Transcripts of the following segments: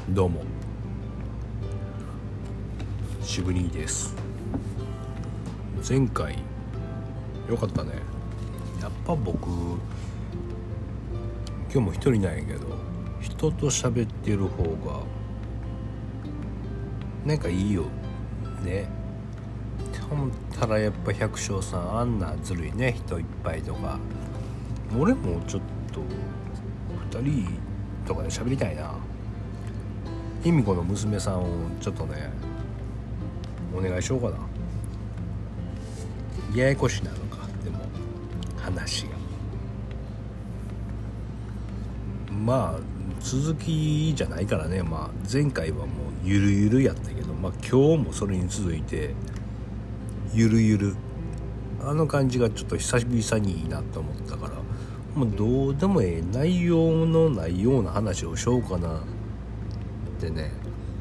どうも渋兄です。前回よかったね。やっぱ僕今日も一人なんやけど、人と喋ってる方がなんかいいよね。と思ったらやっぱ百姓さんあんなずるいね、人いっぱいとか。俺もちょっと2人とかで喋りたいな。卑弥呼の娘さんをちょっとねお願いしようかな。ややこしなのか、でも話がまあ続きじゃないからね。まあ前回はもうゆるゆるやったけど、まあ今日もそれに続いてゆるゆる、あの感じがちょっと久々にいいなと思ったから、もうどうでもええ内容のないような話をしようかなってね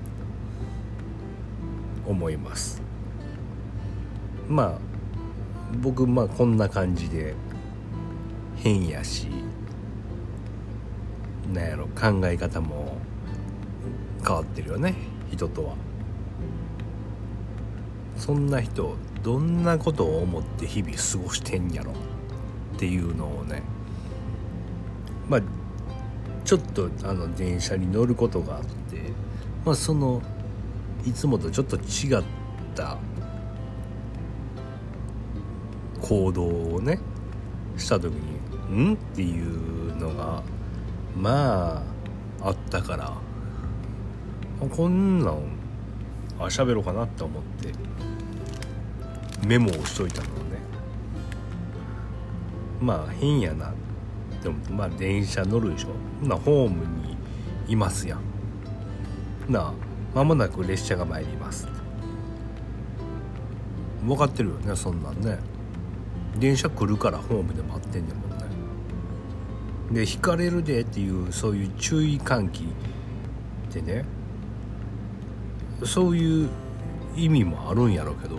思います。まあ僕こんな感じで変やし、なんやろ、考え方も変わってるよね、人とは。そんな人どんなことを思って日々過ごしてんやろっていうのをね、ちょっと電車に乗ることがあって、そのいつもとちょっと違った行動をねした時にっていうのがあったから、こんなん喋ろうかなって思ってメモをしといたのね。変やな。でも電車乗るでしょ。ホームにいますやん。間もなく列車が参ります。分かってるよね、そんなんね。電車来るからホームで待ってんねんもんね。で引かれるでっていうそういう注意喚起ってね、そういう意味もあるんやろうけど、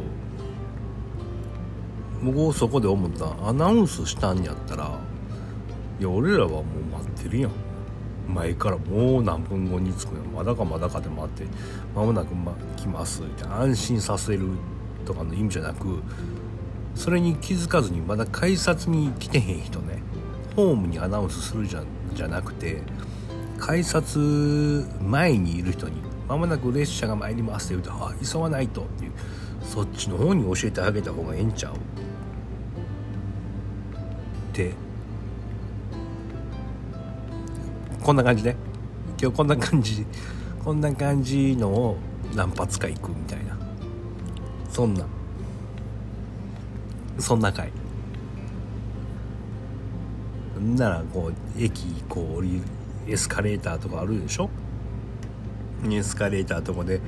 僕そこで思った、アナウンスしたんやったら、いや俺らはもう待ってるやん、前からもう何分後に着くよ、まだかで待って、間もなく来ますって安心させるとかの意味じゃなく、それに気づかずにまだ改札に来てへん人ね、ホームにアナウンスするじゃなくて、改札前にいる人に間もなく列車が参りますって言うと、急がないとっていう、そっちの方に教えてあげた方がええんちゃうってこんな感じで、今日こんな感じのを何発か行くみたいな、そんな回なら、駅降りるエスカレーターとかあるでしょ。エスカレーターとかで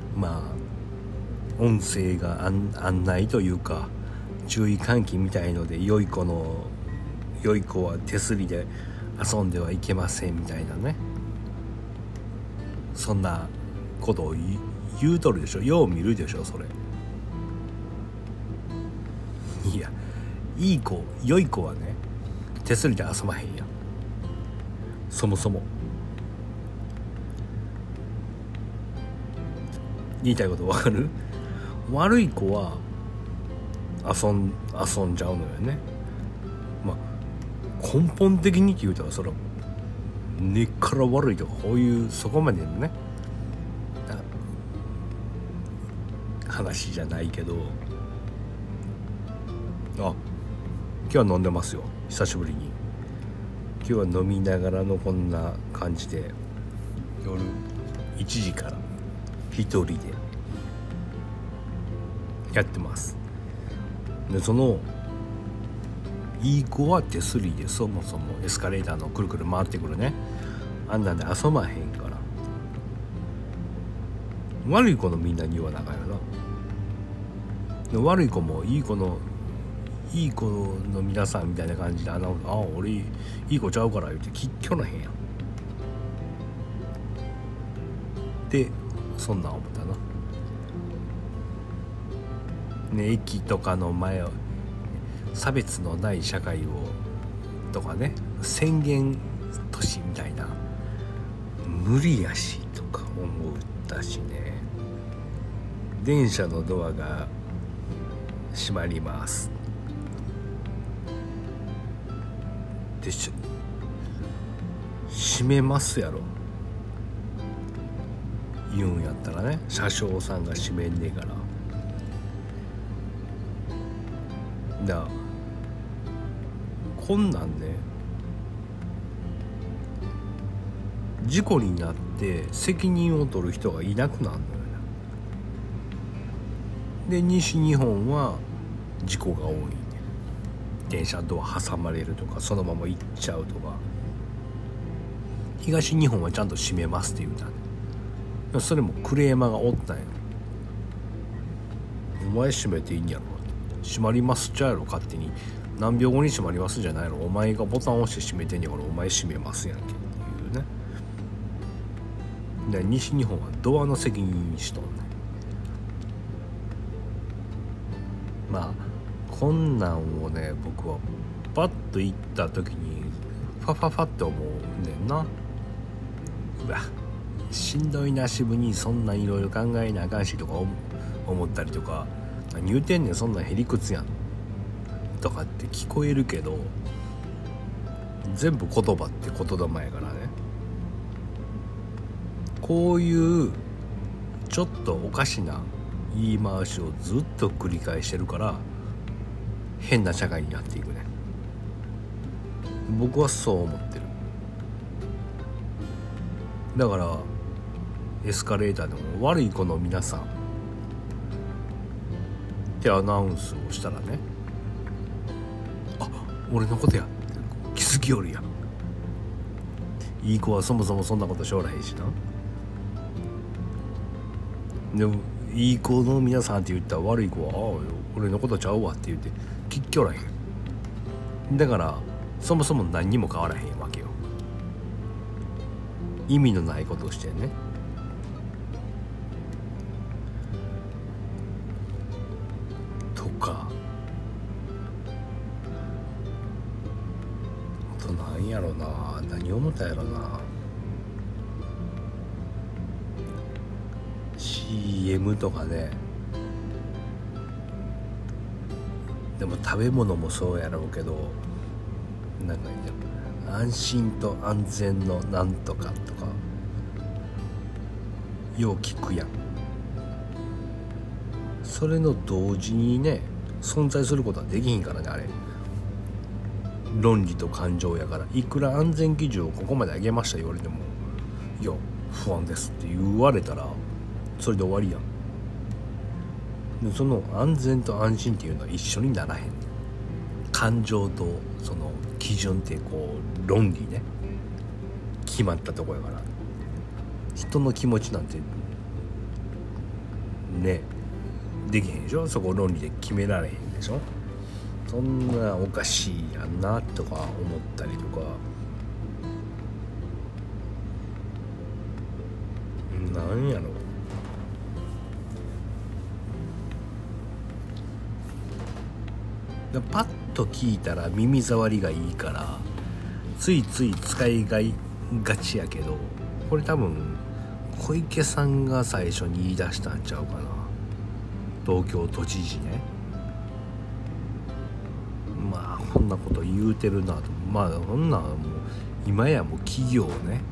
音声が案内というか注意喚起みたいので、良い子は手すりで遊んではいけませんみたいなね、そんなことを言うとるでしょ。よう見るでしょそれ。いや、良い子はね手すりで遊ばへんやん、そもそも。言いたいことわかる？悪い子は遊んじゃうのよね。根本的にって言うたら、それは根っから悪いとか、こういうそこまでのね話じゃないけど、今日は飲んでますよ、久しぶりに。今日は飲みながらのこんな感じで、夜1時から一人でやってます。でそのいい子は手すりでそもそもエスカレーターのくるくる回ってくるね、あんなんで遊ばへんから、悪い子のみんなに言わなあかんよな。で悪い子もいい子の皆さんみたいな感じで俺いい子ちゃうから言ってきっきょなへんやんで、そんなん思ったな。ね、駅とかの前を差別のない社会をとかね、宣言都市みたいな、無理やしとか思ったしね。電車のドアが閉まりますで閉めますやろ言うんやったらね、車掌さんが閉めんねえから。こんなんね、事故になって責任を取る人がいなくなるのよね。で西日本は事故が多いね。電車ドア挟まれるとかそのまま行っちゃうとか。東日本はちゃんと閉めますって言うたね。それもクレーマーがおったんよ。お前閉めていいんやろ、閉まりますじゃやろ、勝手に何秒後に閉まりますじゃないの、お前がボタンを押して閉めてんやからお前閉めますやんけっていうね。で西日本はドアの責任にしとんね。まあこんなんをね、僕はパッと行った時にファファファって思うねんな。うわしんどいな、渋にそんないろいろ考えなあかんしとか思ったりとか、何言うてんねんそんなんへりくつやんとかって聞こえるけど、全部言葉って言霊やからね。こういうちょっとおかしな言い回しをずっと繰り返してるから変な社会になっていくね。僕はそう思ってる。だからエスカレーターでも悪い子の皆さんってアナウンスをしたらね、あ、俺のことやって気づきよるやん。いい子はそもそもそんなこと将来いいしな。でもいい子の皆さんって言ったら悪い子は俺のことちゃうわって言って聞きょらへん。だからそもそも何にも変わらへんわけよ。意味のないことをしてね。とかあと何やろな、何思ったやろな。 CM とかね。でも食べ物もそうやろうけど、なんか安心と安全のなんとかとかよう聞くやん。それの同時にね存在することはできひんからね。あれ論理と感情やから、いくら安全基準をここまで上げました言われても、いや不安ですって言われたらそれで終わりやん。でその安全と安心っていうのは一緒にならへん。感情とその基準ってこう論理ね決まったとこやから、人の気持ちなんてねできへんでしょ。そこ論理で決められへんでしょ。そんなおかしいやんなとか思ったりとか、なんやろ、パッと聞いたら耳障りがいいからついつい使いがちやけど、これ多分小池さんが最初に言い出したんちゃうかな。東京都知事ね。まあこんなこと言うてるなと。まあこんなんもう今やもう企業ね、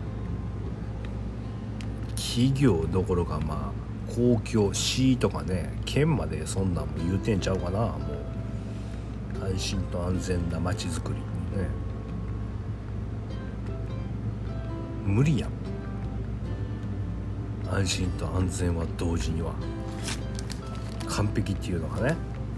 企業どころかまあ公共市とかね県までそんなんも言うてんちゃうかな。もう安心と安全な街づくりね無理やん。安心と安全は同時には完璧っていうのがね、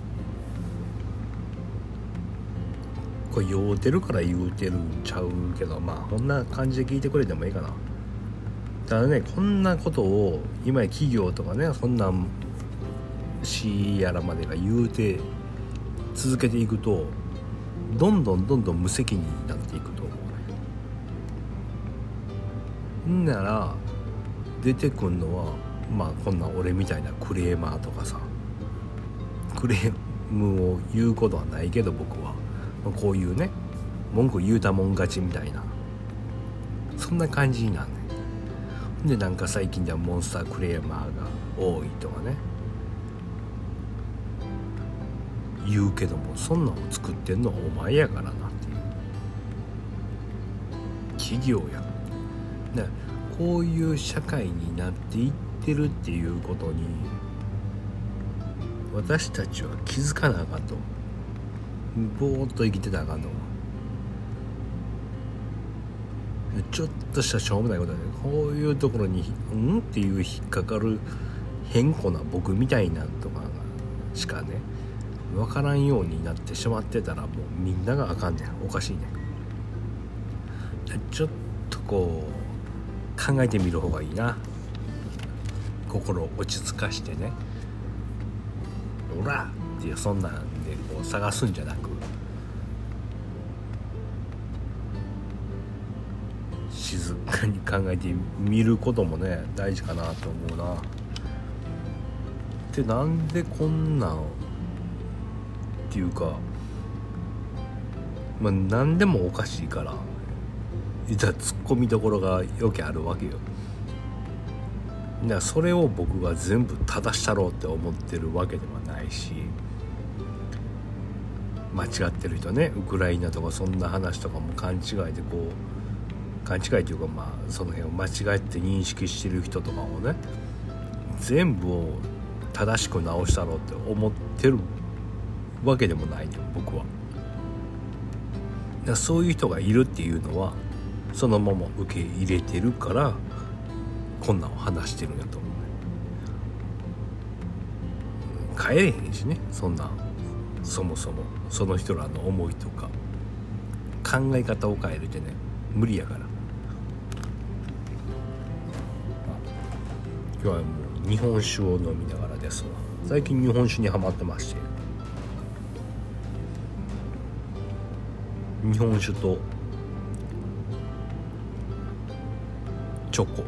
これ酔うてるから言うてるんちゃうけど、まあこんな感じで聞いてくれてもいいかな。ただね、こんなことを今や企業とかねそんなん市やらまでが言うて続けていくとどんどん無責任になっていくと思うね。んなら出てくんのはまあこんな俺みたいなクレーマーとかさ、クレームを言うことはないけど僕はこういうね文句言うたもん勝ちみたいなそんな感じになんねん。 でなんか最近ではモンスタークレーマーが多いとかね言うけども、そんなの作ってんのはお前やからなっていう企業や。でこういう社会になっていってるっていうことに私たちは気づかなあかんと。ぼーっと生きてたらあかんと思う。ちょっとしたしょうもないことで、こういうところにっていう引っかかる変更な僕みたいなんとかしかね分からんようになってしまってたら、もうみんながあかんねん。おかしいね。ちょっとこう考えてみる方がいいな。心を落ち着かしてね、おらっていうそんなんでこう探すんじゃなく、静かに考えてみることもね大事かなと思うな。でなんでこんなんっていうか、何でもおかしいからいざツッコミどころがよくあるわけよ。だからそれを僕が全部正したろうって思ってるわけではないし、間違ってる人ね、ウクライナとかそんな話とかも勘違いでこう勘違いというか、その辺を間違って認識してる人とかをね全部を正しく直したろうって思ってるわけでもないね僕は。だからそういう人がいるっていうのはそのまま受け入れてるからこんなんを話してるんやと思う。帰れへんしね、そんなんそもそもその人らの思いとか考え方を変えるってね無理やから。今日はもう日本酒を飲みながらですわ。最近日本酒にハマってまして、日本酒とチョコ、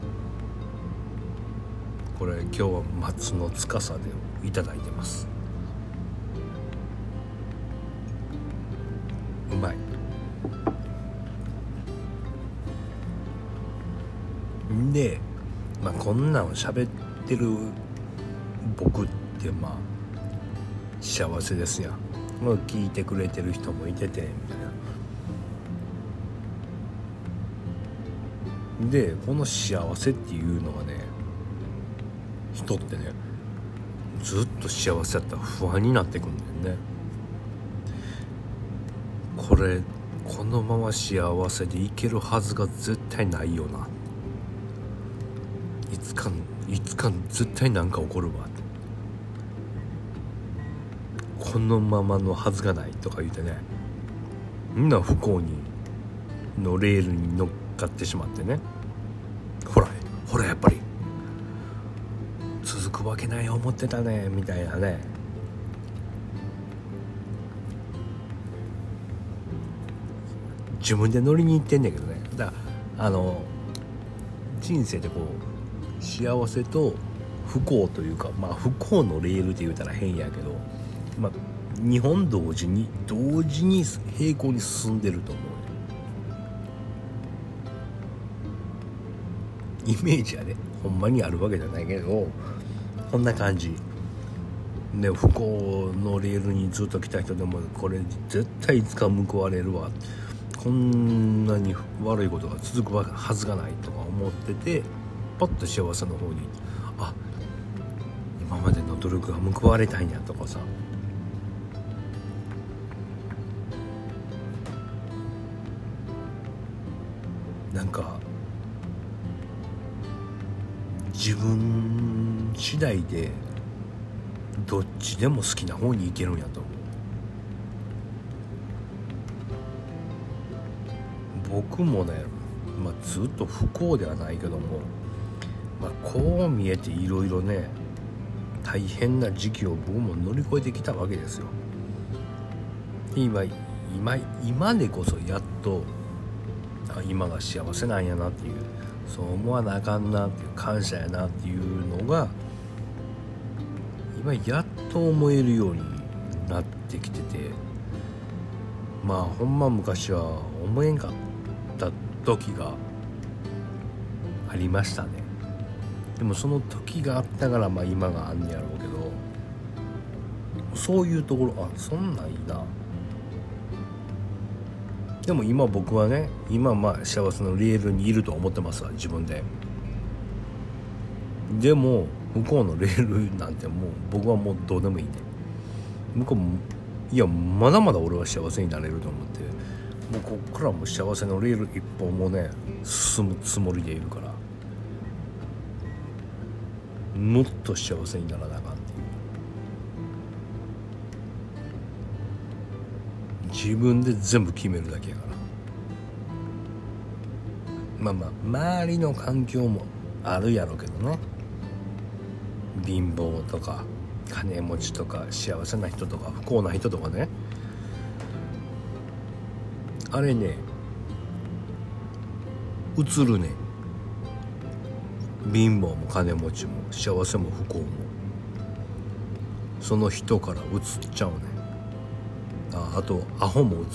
これ今日は松の司でいただいてます。うまい。でこんなんを喋ってる僕って幸せですやん。聞いてくれてる人もいててみたいな。でこの幸せっていうのがね、人ってねずっと幸せだったら不安になってくんだよね。このまま幸せでいけるはずが絶対ないよな。いつか絶対なんか起こるわ。このままのはずがないとか言ってね、みんな不幸にのレールに乗っかってしまってね、ほらやっぱり続くわけない思ってたねみたいなね。自分で乗りに行ってんだけどね。だから人生でこう幸せと不幸というか、不幸のレールって言うたら変やけど、2本同時に平行に進んでると思う。イメージはねほんまにあるわけじゃないけど、こんな感じで不幸のレールにずっと来た人でもこれ絶対いつか報われるわ、こんなに悪いことが続くはずがないとか思ってて、パッと幸せの方に今までの努力が報われたんやとかさ、なんか自分次第でどっちでも好きな方に行けるんやと思う。僕もね、ずっと不幸ではないけども、こう見えていろいろね大変な時期を僕も乗り越えてきたわけですよ。今でこそやっと今が幸せなんやなっていう、そう思わなあかんなっていう、感謝やなっていうのが今やっと思えるようになってきてて、ほんま昔は思えんかった時があありましたね。でもその時があったから今があんねやろうけど、そういうところそんなんいいな。でも今僕はね幸せのレールにいると思ってますわ、自分で。でも向こうのレールなんてもう僕はもうどうでもいいね。向こうもいやまだまだ俺は幸せになれると思って、もうこっからもう幸せのレール一本もね進むつもりでいるから、もっと幸せにならなあかんっていう、自分で全部決めるだけやから。周りの環境もあるやろうけどね、貧乏とか金持ちとか幸せな人とか不幸な人とかね、あれね映るね。貧乏も金持ちも幸せも不幸もその人から映っちゃうね。あとアホも映る。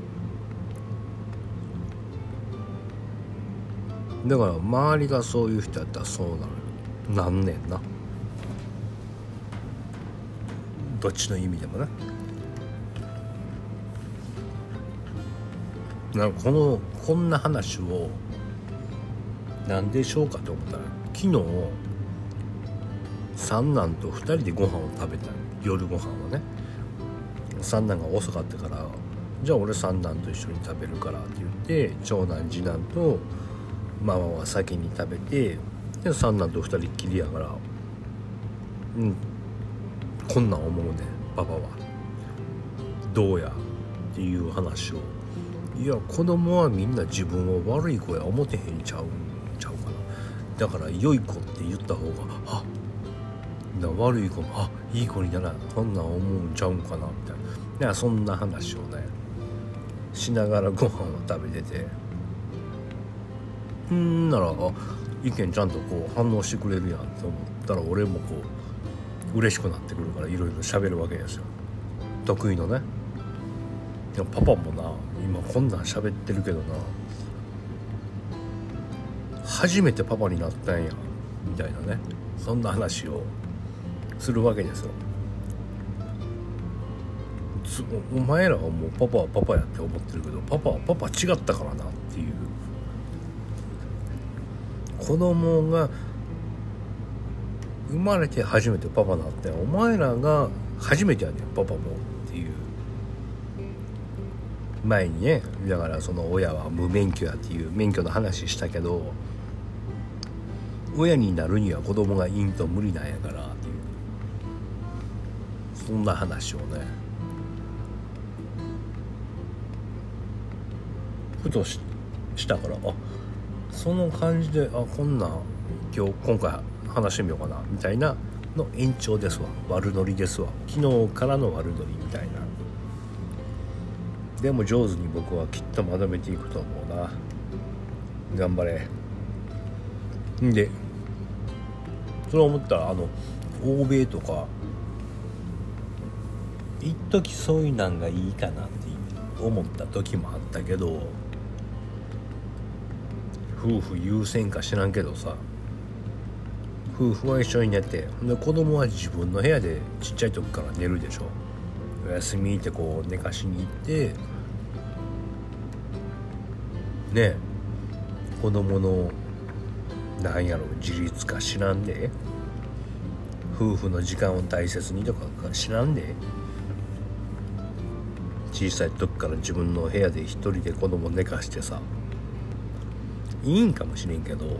だから周りがそういう人やったらそうなんねんな、どっちの意味でもね。こんな話をなんでしょうかと思ったら、昨日三男と2人でご飯を食べた。夜ご飯をね、三男が遅かったから、じゃあ俺三男と一緒に食べるからって言って、長男次男とママは先に食べて、で三男と2人っきりやから、こんなん思うねパパはどうやっていう話を。いや子供はみんな自分を悪い子や思てへんちゃうかな。だから良い子って言った方が悪い子もいい子にならこんなん思うんちゃうんかなみたいな、そんな話をねしながらご飯を食べてて、なら意見ちゃんとこう反応してくれるやんと思ったら、俺もこう嬉しくなってくるからいろいろ喋るわけですよ、得意のね。でもパパもな今こんなん喋ってるけどな、初めてパパになったんやみたいなね、そんな話をするわけですよ。お前らはもうパパはパパやって思ってるけど、パパはパパ違ったからなっていう。子供が生まれて初めてパパになって、お前らが初めてやねんパパもっていう。前にね、だからその親は無免許やっていう免許の話したけど、親になるには子供がいんと無理なんやからっていう、そんな話をねふとしたから、その感じでこんな今回話してみようかなみたいなの延長ですわ。悪ノリですわ。昨日からの悪ノリみたいな。でも上手に僕はきっとまとめていくと思うな。頑張れ。んでそれを思ったら、欧米とか一時そういうなんがいいかなって思った時もあったけど、夫婦優先か知らんけどさ、夫婦は一緒に寝て、で子供は自分の部屋でちっちゃい時から寝るでしょ。おやすみってこう寝かしに行ってね、子供のなんやろ自立か知らんで、夫婦の時間を大切にとか知らんで、小さい時から自分の部屋で一人で子供寝かしてさ、いいんかもしれんけど、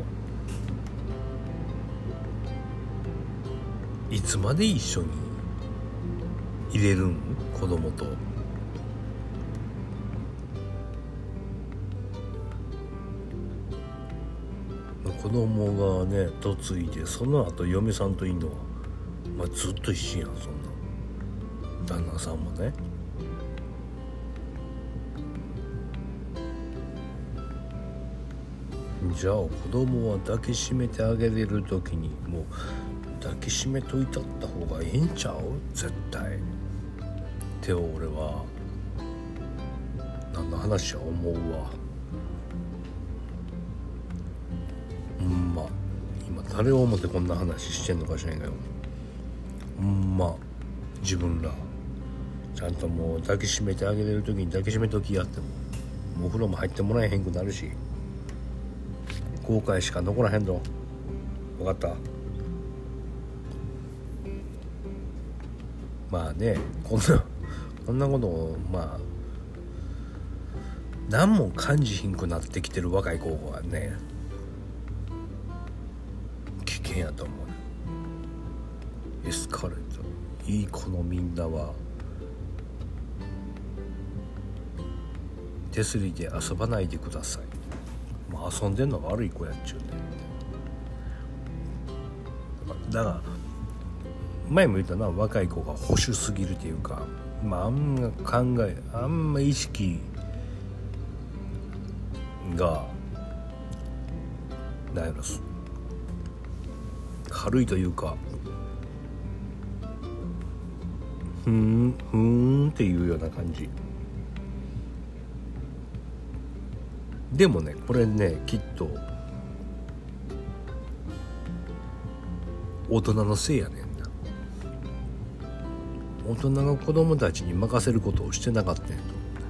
いつまで一緒に入れるん子供と。子供がね嫁いで、その後嫁さんといんのは、ずっと一緒やん。そんな旦那さんもね。じゃあ子供は抱きしめてあげれる時にもう抱きしめといたった方がええんちゃう絶対って俺は何の話は思うわ。 今誰を思ってこんな話してんのかしらんけど、自分らちゃんともう抱きしめてあげれる時に抱きしめときやってもうお風呂も入ってもらえへんくなるし、後悔しか残らへんぞ。分かった？まあね、こんなことを何も感じひんくなってきてる若い子はね、危険やと思う。エスカレートいい子のみんなは手すりで遊ばないでください。遊んでんのが悪い子やっちゅうね。だから前も言ったな、若い子が保守すぎるっていうか、あんま意識がなんやろ、軽いというか、ふーんっていうような感じでもね、これね、きっと大人のせいやねんな。大人が子供たちに任せることをしてなかったんや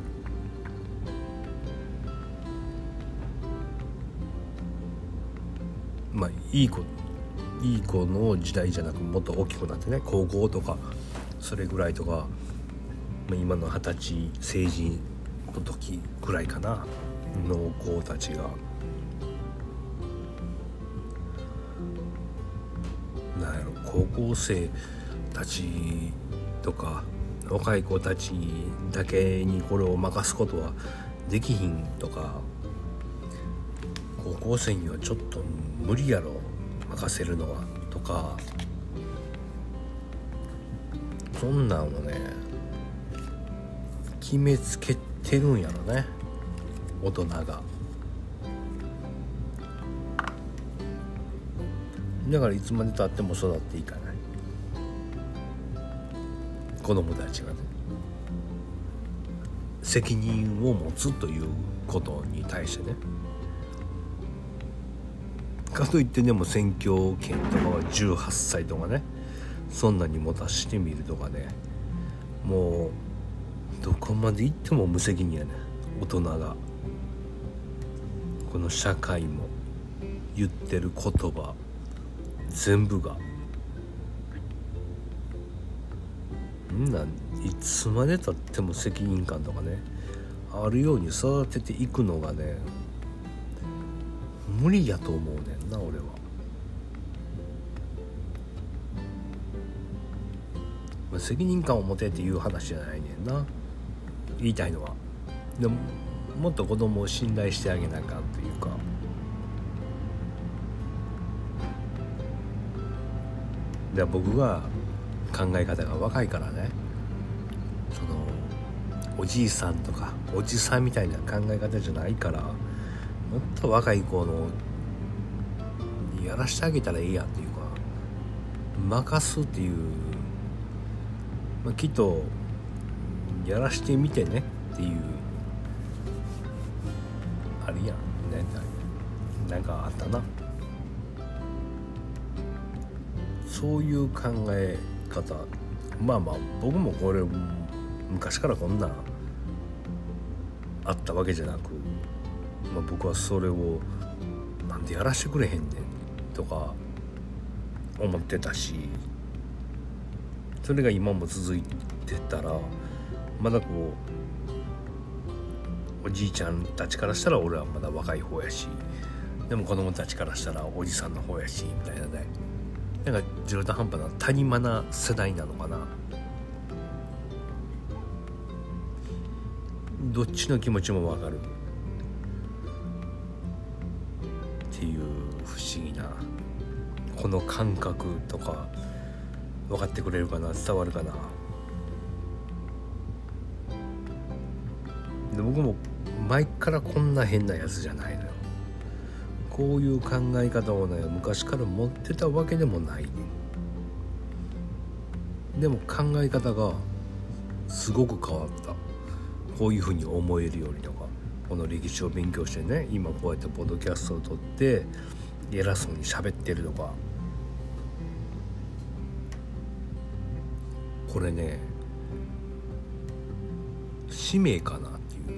と。いい子の時代じゃなく、もっと大きくなってね、高校とかそれぐらいとか、今の20歳成人の時ぐらいかなの子たちが、なんやろ、高校生たちとか若い子たちだけにこれを任すことはできひんとか、高校生にはちょっと無理やろ任せるのはとか、そんなんをね決めつけてるんやろね、大人が。だからいつまでたっても育っていかない子供たちがね、責任を持つということに対してね。かといってでも選挙権とかは18歳とかね、そんなに持たしてみるとかね、もうどこまで行っても無責任やね、大人が。この社会も言ってる言葉全部がいつまでたっても責任感とかねあるように育てていくのがね、無理やと思うねんな、俺は。責任感を持てっていう話じゃないねんな、言いたいのは。でももっと子供を信頼してあげなあかんというか、で僕が考え方が若いからね、そのおじいさんとかおじさんみたいな考え方じゃないから、もっと若い子のにやらしてあげたらいいやっていうか、任すっていう、きっとやらしてみてねっていうあるやんね、なんかあったな、そういう考え方。僕もこれ昔からこんなあったわけじゃなく、僕はそれをなんでやらしてくれへんねんとか思ってたし、それが今も続いてたら、まだこうおじいちゃんたちからしたら俺はまだ若い方やし、でも子供たちからしたらおじさんの方やしみたいなね、なんか中途半端な谷間な世代なのかな。どっちの気持ちも分かるっていう不思議なこの感覚とか分かってくれるかな、伝わるかな。で僕も前からこんな変なやつじゃないのよ。こういう考え方をね昔から持ってたわけでもないね。でも考え方がすごく変わった。こういうふうに思えるようにとか、この歴史を勉強してね、今こうやってポッドキャストを撮って偉そうに喋ってるとか、これね使命かなっていう。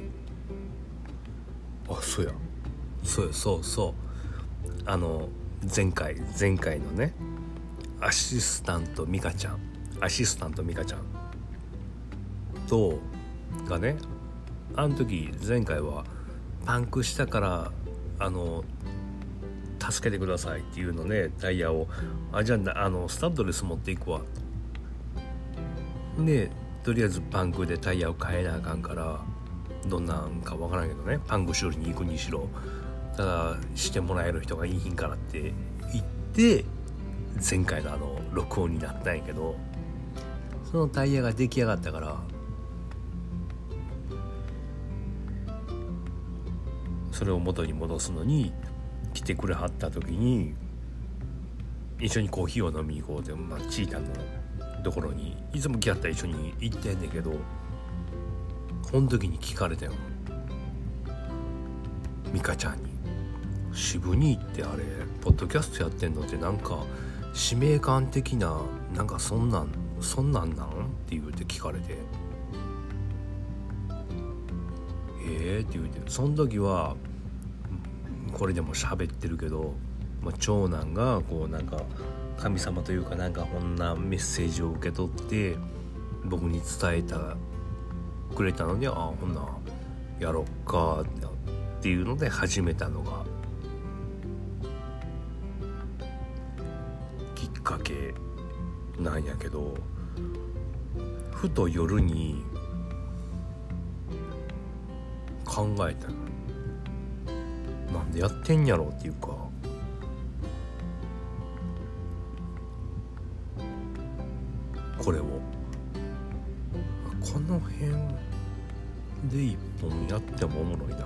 そう前回のねアシスタントミカちゃんとがね、あの時前回はパンクしたから助けてくださいっていうのね、タイヤをじゃあスタッドレス持っていくわで、とりあえずパンクでタイヤを変えなあかんから、どんなんかわからんけどね、パンク修理に行くにしろ、ただしてもらえる人がいいひんからって言って前回の録音になったんやけど、そのタイヤが出来上がったから、それを元に戻すのに来てくれはった時に、一緒にコーヒーを飲みに行こうって、チータのところにいつも来はったら一緒に行ってんねんけど、この時に聞かれたよ、ミカちゃんに。渋に行ってあれポッドキャストやってんのってなんか使命感的な、なんかそんなんなんって言うて聞かれて、って言うて、その時はこれでも喋ってるけど、長男がこうなんか神様というかなんかこんなメッセージを受け取って僕に伝えたくれたのに、ほんなやろっかっていうので始めたのがきっかけなんやけど、ふと夜に考えたの。なんでやってんやろっていうか、これをこの辺で一本やってもおもろいな。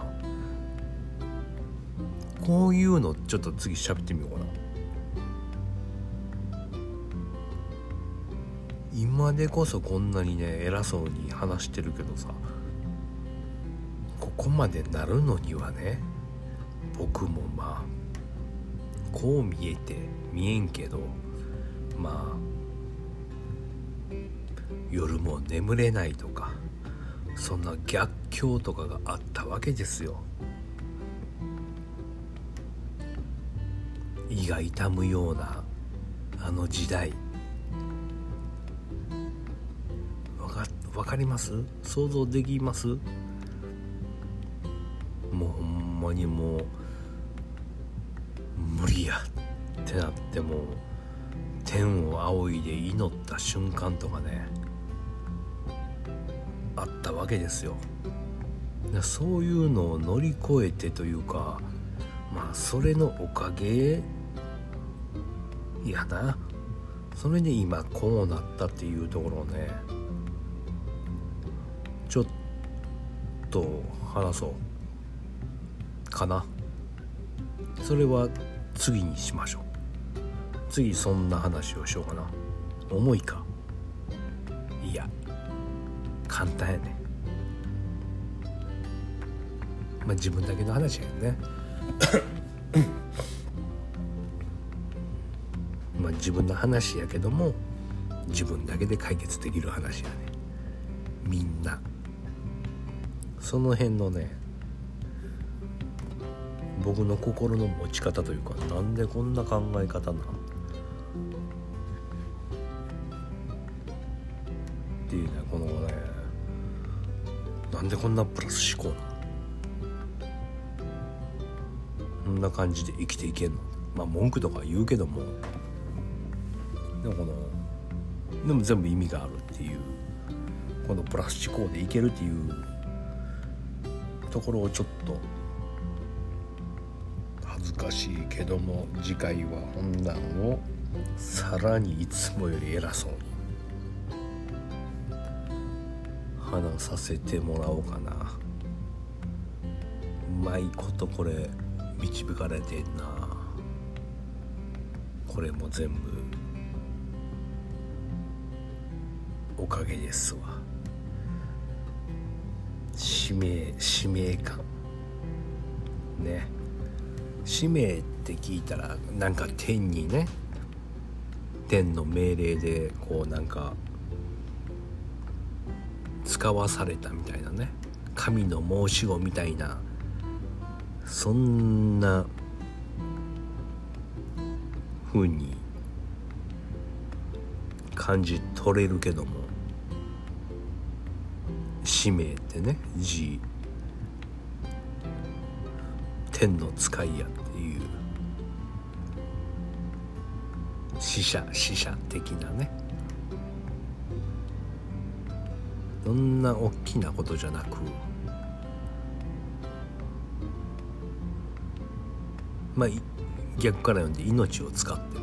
こういうのちょっと次喋ってみようかな。今でこそこんなにね偉そうに話してるけどさ、ここまでなるのにはね、僕もこう見えんけど、夜も眠れないとか、そんな逆境とかがあったわけですよ。胃が痛むようなあの時代、わかります？想像できます？もうほんまにもう無理やってなって、もう天を仰いで祈った瞬間とかねあったわけですよ。そういうのを乗り越えてというか、それのおかげやな。それで今こうなったっていうところをね、ちょっと話そうかな。それは次にしましょう。次そんな話をしようかな。重いか？いや簡単やね。自分だけの話やね。自分の話やけども、自分だけで解決できる話やね。みんなその辺のね、僕の心の持ち方というか、なんでこんな考え方なんっていうね、このね、なんでこんなプラス思考なん、こんな感じで生きていけんの。文句とか言うけども、でも全部意味があるっていう、このプラス思考でいけるっていうところをちょっと恥ずかしいけども、次回は本段をさらにいつもより偉そうに話させてもらおうかな。うまいことこれ導かれてんな。これも全部おかげですわ。使命感ね。 使命って聞いたらなんか天にね、天の命令でこうなんか使わされたみたいなね、神の申し子みたいな、そんな風に感じ取れるけども、使命ってね、字天の使いやっていう使者的なね、そんな大きなことじゃなく、まあ逆から読んで命を使ってるっていう、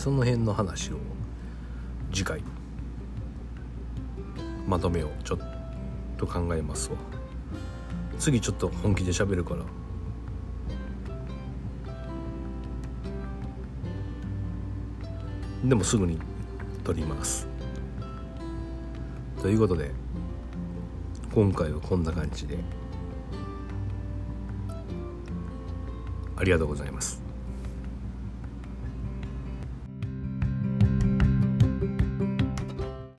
その辺の話を次回まとめをちょっと考えますわ。次ちょっと本気で喋るから、でもすぐに撮ります。ということで今回はこんな感じでありがとうございます。